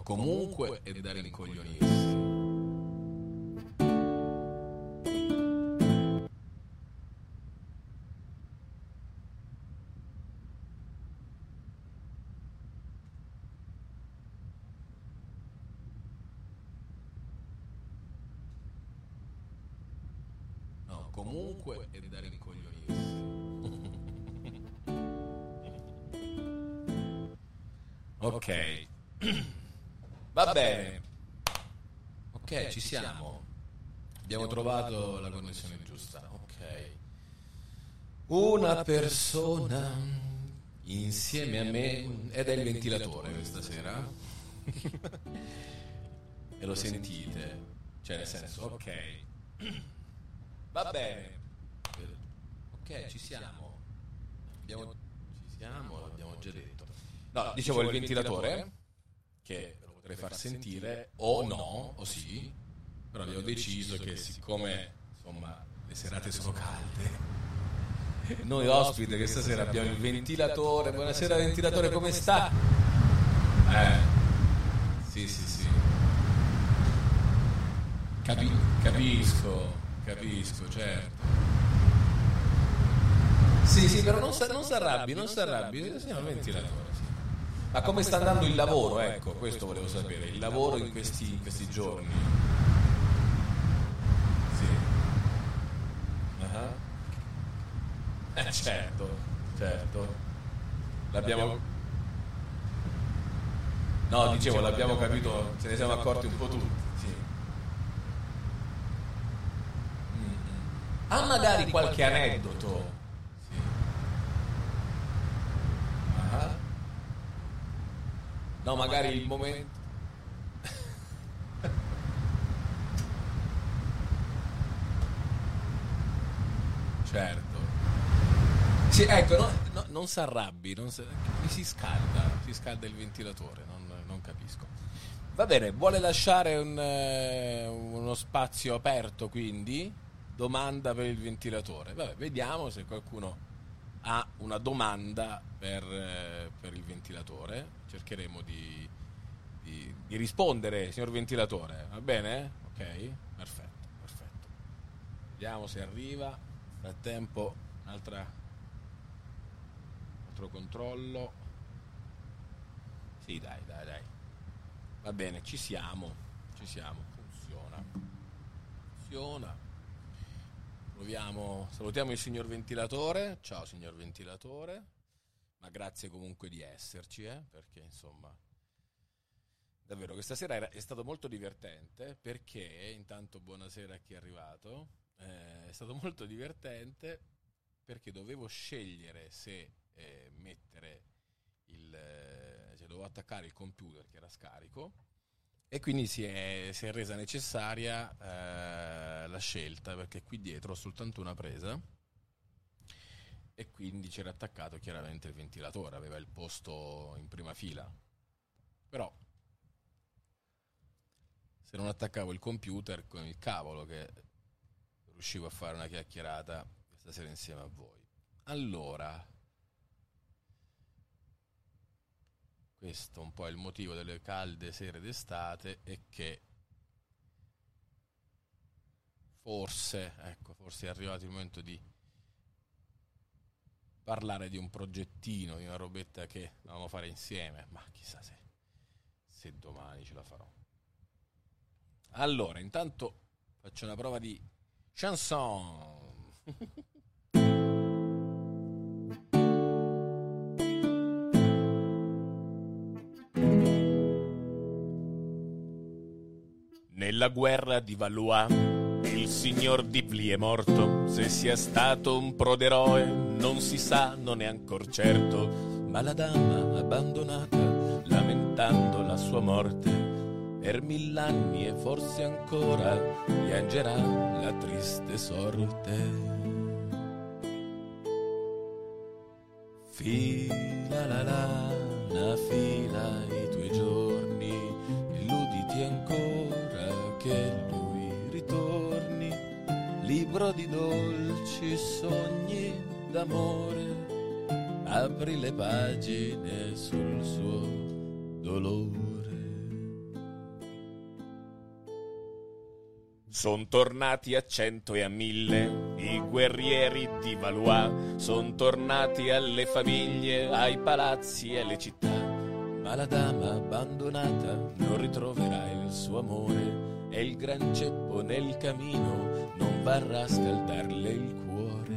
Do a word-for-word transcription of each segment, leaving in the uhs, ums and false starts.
comunque è da rincoglionirsi. No, comunque è da rincoglionirsi. Ok. Va bene. Ok, ci siamo. Abbiamo trovato la connessione giusta. Ok. Una persona insieme a me ed è il ventilatore questa sera. E lo sentite? Cioè, nel senso, ok. Va bene. Ok, ci siamo. Abbiamo, ci siamo, l'abbiamo già detto. No, dicevo il ventilatore, che lo potrei far sentire, o no, o sì, però abbiamo deciso che siccome, insomma, le serate sono calde, noi ospite che stasera abbiamo il ventilatore. Buonasera ventilatore, come sta? Eh, sì, sì, sì. Capi- capisco, capisco, certo. Sì, sì, però non si non arrabbi, non si arrabbi, siamo il ventilatore. Sì. Ma come sta andando il lavoro? Ecco, questo volevo sapere. Il lavoro in questi, in questi giorni. Sì. Uh-huh. Eh, certo, certo. L'abbiamo... No, dicevo, l'abbiamo capito, ce ne siamo accorti un po' tutti. Sì. Mm-hmm. Ha magari qualche aneddoto? No, magari il momento. Certo. Sì, ecco, no, no, non si arrabbi, non si, mi si scalda, si scalda il ventilatore, non, non capisco. Va bene, vuole lasciare un, eh, uno spazio aperto, quindi? Domanda per il ventilatore. Vabbè, vediamo se qualcuno ha una domanda per, eh, per il ventilatore. Cercheremo di... Di, di rispondere, signor ventilatore, va bene? Ok, perfetto, perfetto. Vediamo se arriva. Nel frattempo, un'altra altro controllo. Sì, dai, dai, dai. Va bene, ci siamo. Ci siamo. Funziona. Funziona. Proviamo. Salutiamo il signor ventilatore. Ciao, signor ventilatore. Ma grazie comunque di esserci, eh, perché insomma. Davvero, questa sera era, è stato molto divertente perché, intanto buonasera a chi è arrivato, eh, è stato molto divertente perché dovevo scegliere se eh, mettere il, eh, cioè dovevo attaccare il computer che era scarico e quindi si è, si è resa necessaria eh, la scelta perché qui dietro ho soltanto una presa e quindi c'era attaccato chiaramente il ventilatore, aveva il posto in prima fila, però se non attaccavo il computer con il cavolo che riuscivo a fare una chiacchierata stasera insieme a voi. Allora, questo un po' è il motivo delle calde sere d'estate e che forse, ecco, forse è arrivato il momento di parlare di un progettino, di una robetta che dovevamo fare insieme, ma chissà se, se domani ce la farò. Allora, intanto faccio una prova di chanson. Nella guerra di Valois il signor Dipli è morto. Se sia stato un proderoe non si sa, non è ancor certo, ma la dama abbandonata lamentando la sua morte per mill'anni e forse ancora piangerà la triste sorte. Fila la lana, fila i tuoi giorni, illuditi ancora che lui ritorni, libro di dolci sogni d'amore, apri le pagine sul suo dolore. Son tornati a cento e a mille i guerrieri di Valois, son tornati alle famiglie, ai palazzi e alle città, ma la dama abbandonata non ritroverà il suo amore e il gran ceppo nel camino non varrà a scaldarle il cuore.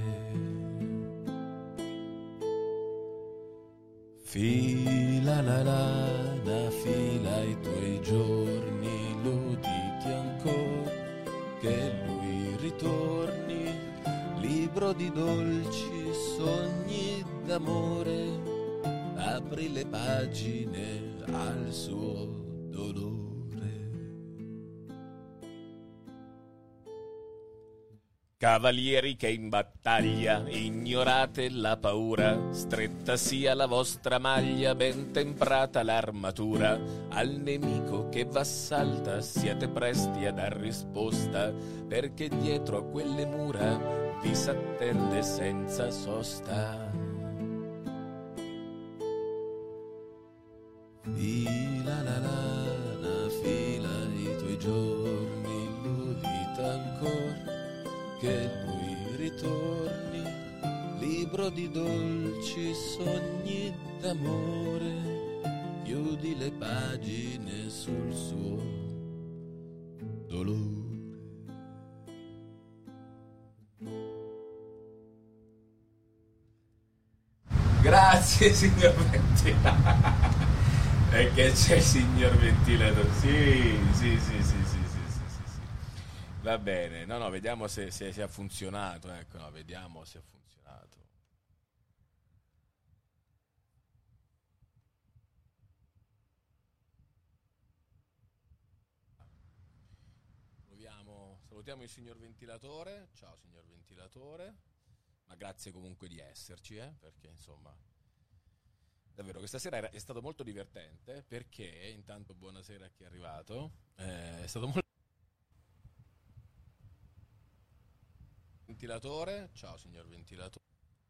Fila la lana, fila i tuoi giorni, luditi ancora che lui ritorni, libro di dolci sogni d'amore, apri le pagine al suo dolore. Cavalieri che in battaglia ignorate la paura, stretta sia la vostra maglia, ben temprata l'armatura, al nemico che v'assalta siate presti a dar risposta, perché dietro a quelle mura vi s'attende senza sosta. Fila la lana, fila i tuoi giorni, illudita ancora che lui ritorni, libro di dolci sogni d'amore, chiudi le pagine sul suo dolore. Grazie signor ventilatore. E che c'è il signor ventilatore? Sì, sì, sì, sì, sì, sì, sì, sì, sì. Va bene, no, no, vediamo se, se, se ha funzionato, ecco, no, vediamo se ha funzionato. Proviamo, salutiamo il signor ventilatore, ciao signor ventilatore, ma grazie comunque di esserci, eh, perché insomma, davvero questa sera era, è stato molto divertente, perché, intanto buonasera a chi è arrivato, eh, è stato molto... Ventilatore, ciao signor ventilatore.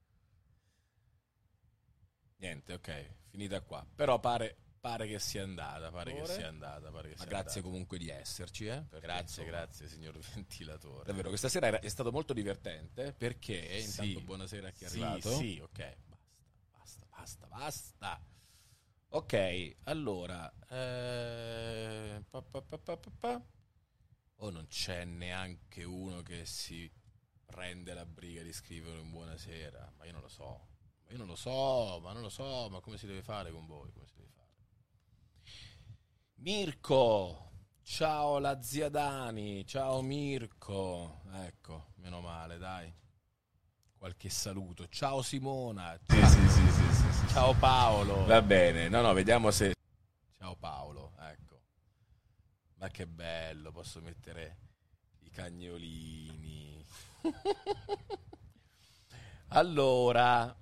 Niente, ok, finita qua. Però pare, pare che sia andata, pare che sia andata, pare che sia Ma grazie andata. Comunque di esserci, eh? Perché, grazie, insomma, grazie signor ventilatore. Davvero, questa sera era, è stato molto divertente, perché, sì, intanto buonasera a chi è sì, arrivato. Sì, ok, basta, basta, basta, basta. Ok, allora, eh, pa, pa, pa, pa, pa, pa. Oh, non c'è neanche uno che si prende la briga di scrivere un buonasera, ma io non lo so, ma io non lo so, ma non lo so, ma come si deve fare con voi, come si deve fare? Mirko, ciao la zia Dani, ciao Mirko, ecco, meno male, dai, qualche saluto, ciao Simona, ciao, sì, sì, sì, sì, sì, ciao Paolo, va bene, no no, vediamo se, ciao Paolo, ecco, ma che bello, posso mettere i cagnolini. Allora,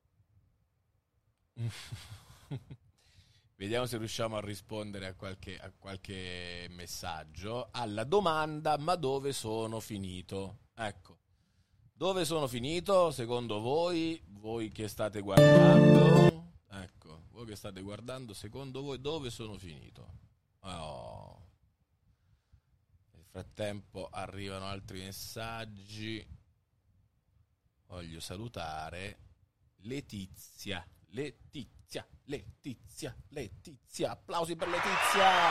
vediamo se riusciamo a rispondere a qualche, a qualche messaggio. Alla domanda: ma dove sono finito? Ecco, dove sono finito secondo voi? Voi che state guardando? Ecco, voi che state guardando, secondo voi dove sono finito? Oh. Nel frattempo arrivano altri messaggi. Voglio salutare Letizia, Letizia, Letizia, Letizia. Applausi per Letizia.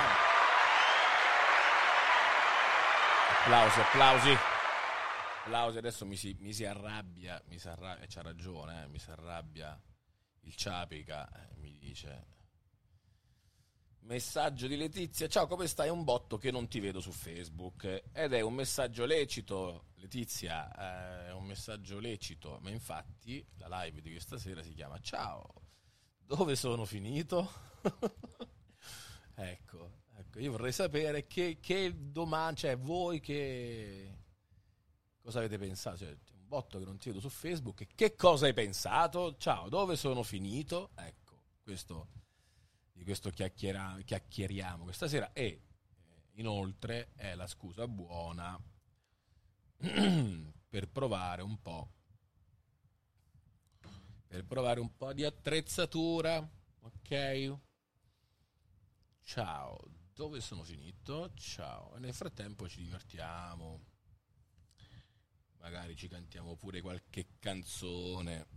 Applausi, applausi. Applausi, adesso mi si, mi si arrabbia, mi si arrabbia, e c'ha ragione, eh, mi si arrabbia il Ciapica, eh, mi dice... Messaggio di Letizia: ciao, come stai? È un botto che non ti vedo su Facebook. Ed è un messaggio lecito, Letizia, è un messaggio lecito, ma infatti la live di questa sera si chiama Ciao, dove sono finito? ecco, ecco, io vorrei sapere che, che domani, cioè voi che cosa avete pensato? Cioè, un botto che non ti vedo su Facebook, che cosa hai pensato? Ciao, dove sono finito? Ecco, questo... di questo chiacchiera, chiacchieriamo questa sera, e eh, inoltre è la scusa buona per provare un po' per provare un po' di attrezzatura, ok? Ciao, Dove sono finito? Ciao. E nel frattempo ci divertiamo. Magari ci cantiamo pure qualche canzone.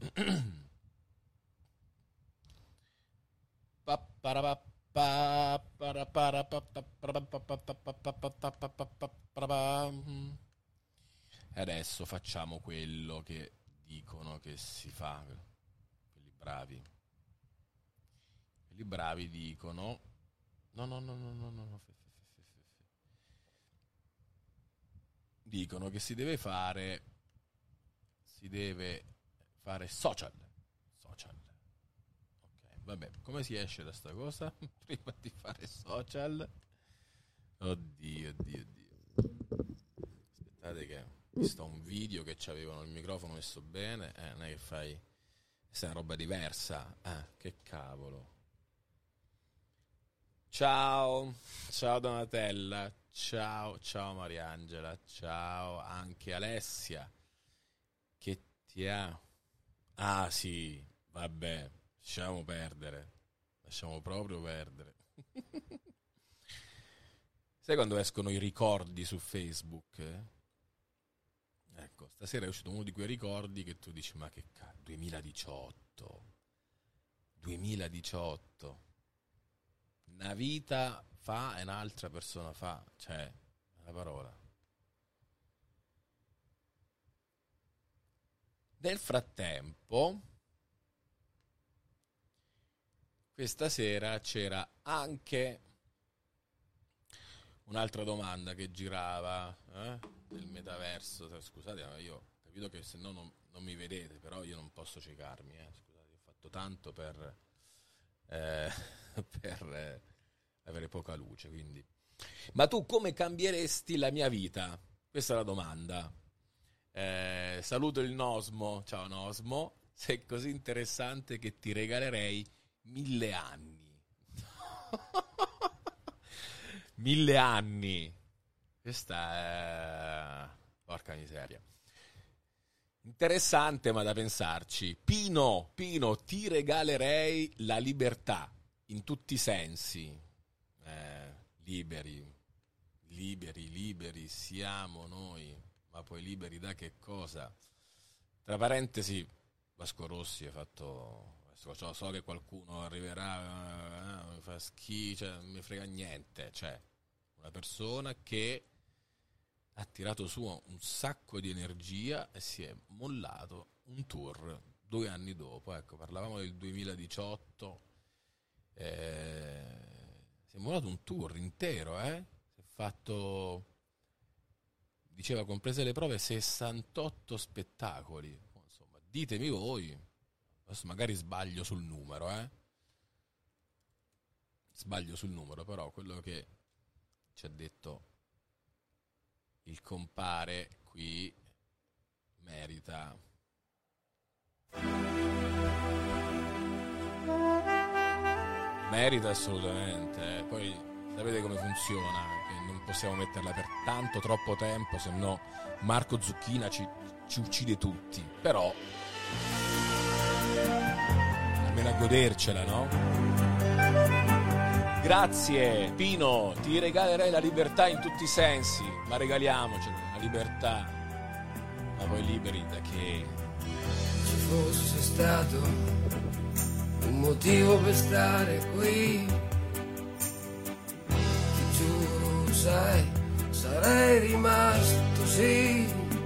E adesso facciamo quello che dicono che si fa. Quelli bravi. Quelli bravi dicono... No, no, no, no, no, no, no. Dicono che si deve fare si deve fare social. Social. Ok, vabbè, come si esce da sta cosa? Prima di fare social. Oddio, oddio, oddio. Aspettate che ho visto un video che c'avevano il microfono messo bene, eh, non è che fai questa è una roba diversa. Eh, che cavolo. Ciao, ciao Donatella, ciao, ciao Mariangela, ciao anche Alessia, che ti ha... Ah sì, vabbè, lasciamo perdere, lasciamo proprio perdere. Sai quando escono i ricordi su Facebook? Eh? Ecco, stasera è uscito uno di quei ricordi che tu dici, ma che cazzo, duemiladiciotto, duemiladiciotto. Una vita fa e un'altra persona fa, cioè, una parola. Nel frattempo, questa sera c'era anche un'altra domanda che girava eh, nel metaverso. Scusate, ma io ho capito che se no non, non mi vedete, però io non posso ciecarmi. Eh. Scusate, ho fatto tanto per... Eh, per eh, avere poca luce, quindi. Ma tu come cambieresti la mia vita? Questa è la domanda. Eh, saluto il Nosmo, ciao Nosmo, sei così interessante che ti regalerei mille anni. Mille anni. Questa è... porca miseria. Interessante, ma da pensarci. Pino, Pino, ti regalerei la libertà in tutti i sensi. Eh, liberi, liberi, liberi siamo noi, ma poi liberi da che cosa? Tra parentesi, Vasco Rossi ha fatto... So, so che qualcuno arriverà, eh, mi fa schifo, cioè, non mi frega niente. Cioè, una persona che ha tirato su un sacco di energia e si è mollato un tour due anni dopo. Ecco, parlavamo del duemiladiciotto, eh, si è mollato un tour intero, eh? Si è fatto, diceva, comprese le prove, sessantotto spettacoli. Insomma, ditemi voi, adesso magari sbaglio sul numero, eh? Sbaglio sul numero, però quello che ci ha detto il compare qui merita. Merita assolutamente. Eh. Poi sapete come funziona, che non possiamo metterla per tanto troppo tempo, se no Marco Zucchina ci, ci uccide tutti. Però almeno a godercela, no? Grazie Pino, ti regalerei la libertà in tutti i sensi, ma regaliamocela, la libertà, ma poi liberi da che? Ci fosse stato un motivo per stare qui, ti giuro, sai, sarei rimasto, sì.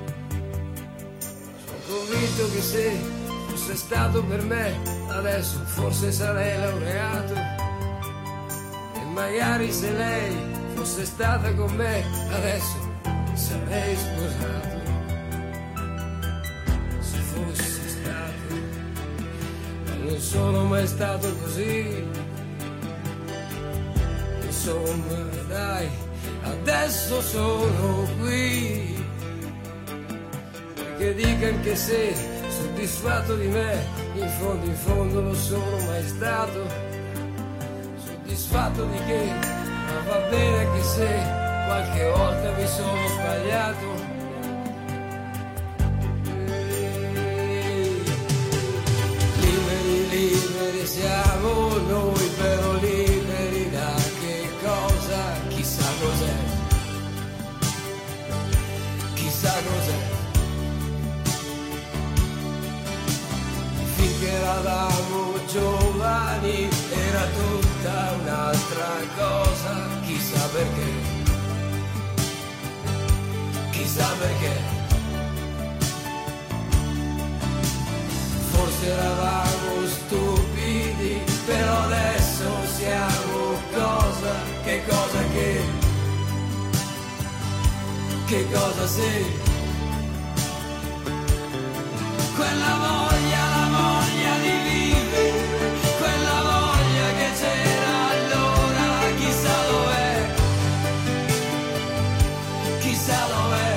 Sono convinto che se fosse stato per me, adesso forse sarei laureato. Magari se lei fosse stata con me, adesso sarei sposato. Se fosse stato, ma non sono mai stato così. Insomma, dai, adesso sono qui. Perché dica anche se soddisfatto di me, in fondo in fondo lo sono mai stato. Soddisfatto di che, ma va bene anche se qualche volta mi sono sbagliato. Liberi, liberi siamo noi, però liberi da che cosa? cosa, chissà perché, chissà perché. Forse eravamo stupidi, però adesso siamo cosa, che cosa che, che cosa sei. Quella voglia, la voglia di vivere, quella voglia che c'era allora, chissà dov'è, chissà dov'è.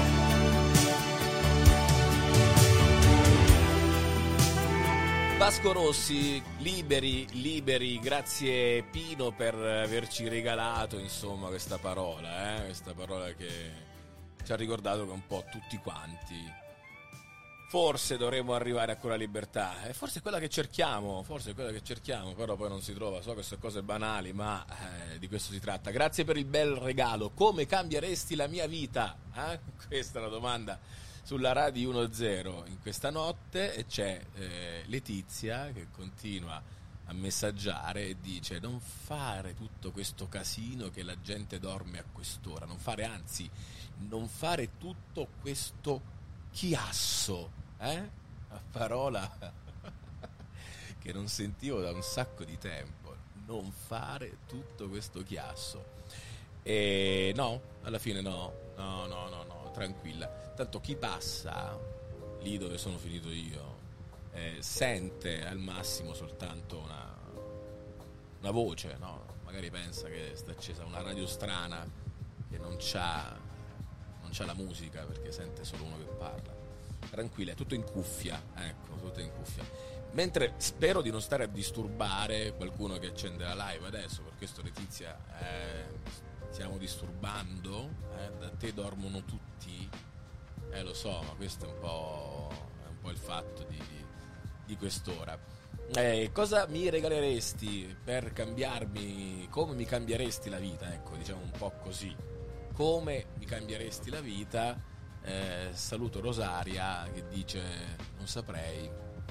Vasco Rossi, liberi, liberi, grazie Pino per averci regalato insomma questa parola, eh? Questa parola che ci ha ricordato che un po' tutti quanti forse dovremmo arrivare a quella libertà, e forse è quella che cerchiamo, forse è quella che cerchiamo, però poi non si trova. So che sono cose banali, ma eh, di questo si tratta. Grazie per il bel regalo. Come cambieresti la mia vita? Eh? Questa è la domanda sulla Radio uno zero in questa notte, e c'è eh, Letizia che continua a messaggiare e dice: non fare tutto questo casino che la gente dorme a quest'ora, non fare, anzi non fare tutto questo chiasso, eh? Una parola che non sentivo da un sacco di tempo. Non fare tutto questo chiasso. E no, alla fine no, no, no, no, no, tranquilla. Tanto chi passa lì dove sono finito io eh, sente al massimo soltanto una, una voce, no? Magari pensa che sta accesa una radio strana che non c'ha non c'ha la musica, perché sente solo uno che parla. Tranquilla, è tutto in cuffia, ecco, tutto in cuffia. Mentre spero di non stare a disturbare qualcuno che accende la live adesso, per questo Letizia eh, stiamo disturbando, eh, da te dormono tutti, eh lo so, ma questo è un po', è un po' il fatto di, di quest'ora. Eh, cosa mi regaleresti per cambiarmi, come mi cambieresti la vita, ecco, diciamo un po' così. Come mi cambieresti la vita? Eh, saluto Rosaria che dice non saprei.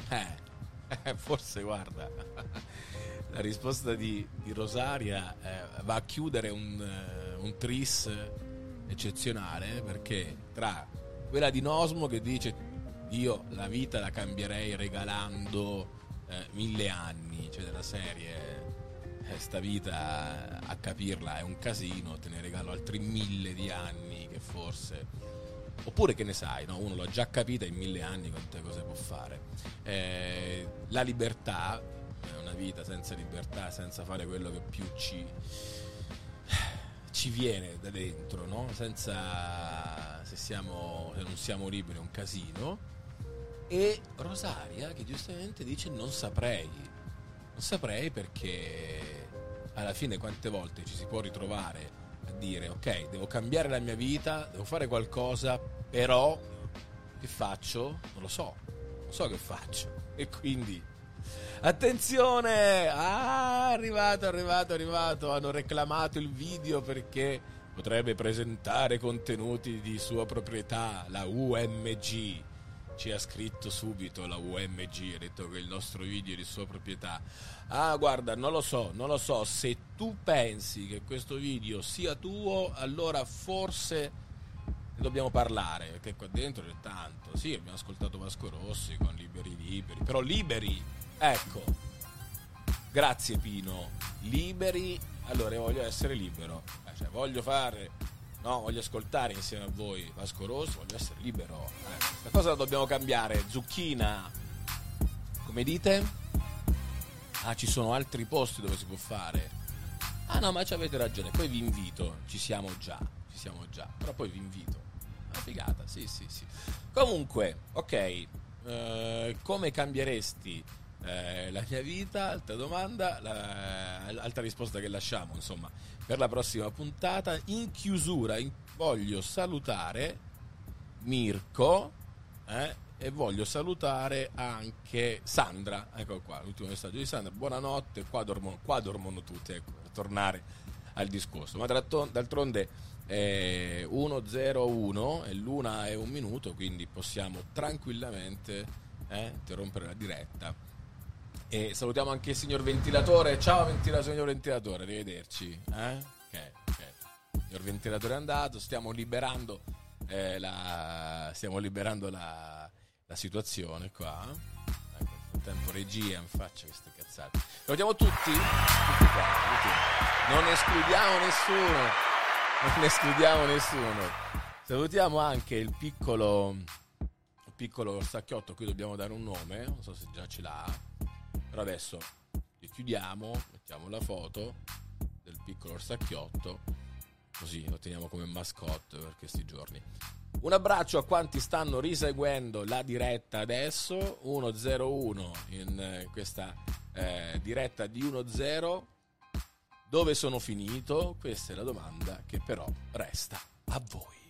Eh, forse guarda, la risposta di, di Rosaria eh, va a chiudere un, uh, un tris eccezionale, perché tra quella di Nosmo che dice io la vita la cambierei regalando eh, mille anni, cioè della serie sta vita a capirla è un casino, te ne regalo altri mille di anni che forse, oppure che ne sai, no? Uno l'ha già capita in mille anni quante cose può fare. Eh, la libertà è una vita senza libertà, senza fare quello che più ci ci viene da dentro, no? Senza, se siamo se non siamo liberi è un casino. E Rosaria che giustamente dice non saprei non saprei perché alla fine quante volte ci si può ritrovare a dire ok, devo cambiare la mia vita, devo fare qualcosa, però che faccio? Non lo so, non so che faccio. E quindi attenzione, ah, arrivato, arrivato, arrivato, hanno reclamato il video perché potrebbe presentare contenuti di sua proprietà, la U M G. Ci ha scritto subito la U M G, ha detto che il nostro video è di sua proprietà. Ah, guarda, non lo so, non lo so, se tu pensi che questo video sia tuo, allora forse ne dobbiamo parlare, perché qua dentro c'è tanto. Sì, abbiamo ascoltato Vasco Rossi con Liberi Liberi, però liberi, ecco, grazie Pino, liberi, allora voglio essere libero, eh, cioè voglio fare... No, voglio ascoltare insieme a voi Vasco Rossi, voglio essere libero. Eh, la cosa la dobbiamo cambiare. Zucchina, come dite? Ah, ci sono altri posti dove si può fare. Ah no, ma ci avete ragione. Poi vi invito, ci siamo già, ci siamo già. Però poi vi invito. Una figata, sì, sì, sì. Comunque, ok, eh, come cambieresti eh, la mia vita? Altra domanda, la, altra risposta che lasciamo, insomma, per la prossima puntata. In chiusura in, voglio salutare Mirko eh, e voglio salutare anche Sandra, ecco qua l'ultimo messaggio di Sandra: buonanotte, qua dormono, qua dormono tutti, ecco, per tornare al discorso, ma d'altronde è uno zero uno e l'una è un minuto, quindi possiamo tranquillamente eh, interrompere la diretta E salutiamo anche il signor Ventilatore. Ciao ventila- signor Ventilatore, arrivederci. Eh? Ok, ok. Il signor Ventilatore è andato, stiamo liberando eh, la stiamo liberando la, la situazione qua. Ecco, nel frattempo regia in faccia queste cazzate. Salutiamo tutti, tutti quanti, tutti. Non escludiamo nessuno. Non escludiamo nessuno. Salutiamo anche il piccolo il piccolo Orsacchiotto, qui dobbiamo dare un nome, non so se già ce l'ha. Però adesso li chiudiamo, mettiamo la foto del piccolo Orsacchiotto, così lo teniamo come mascotte per questi giorni. Un abbraccio a quanti stanno riseguendo la diretta adesso, uno zero uno in questa eh, diretta di uno zero. Dove sono finito? Questa è la domanda che però resta a voi.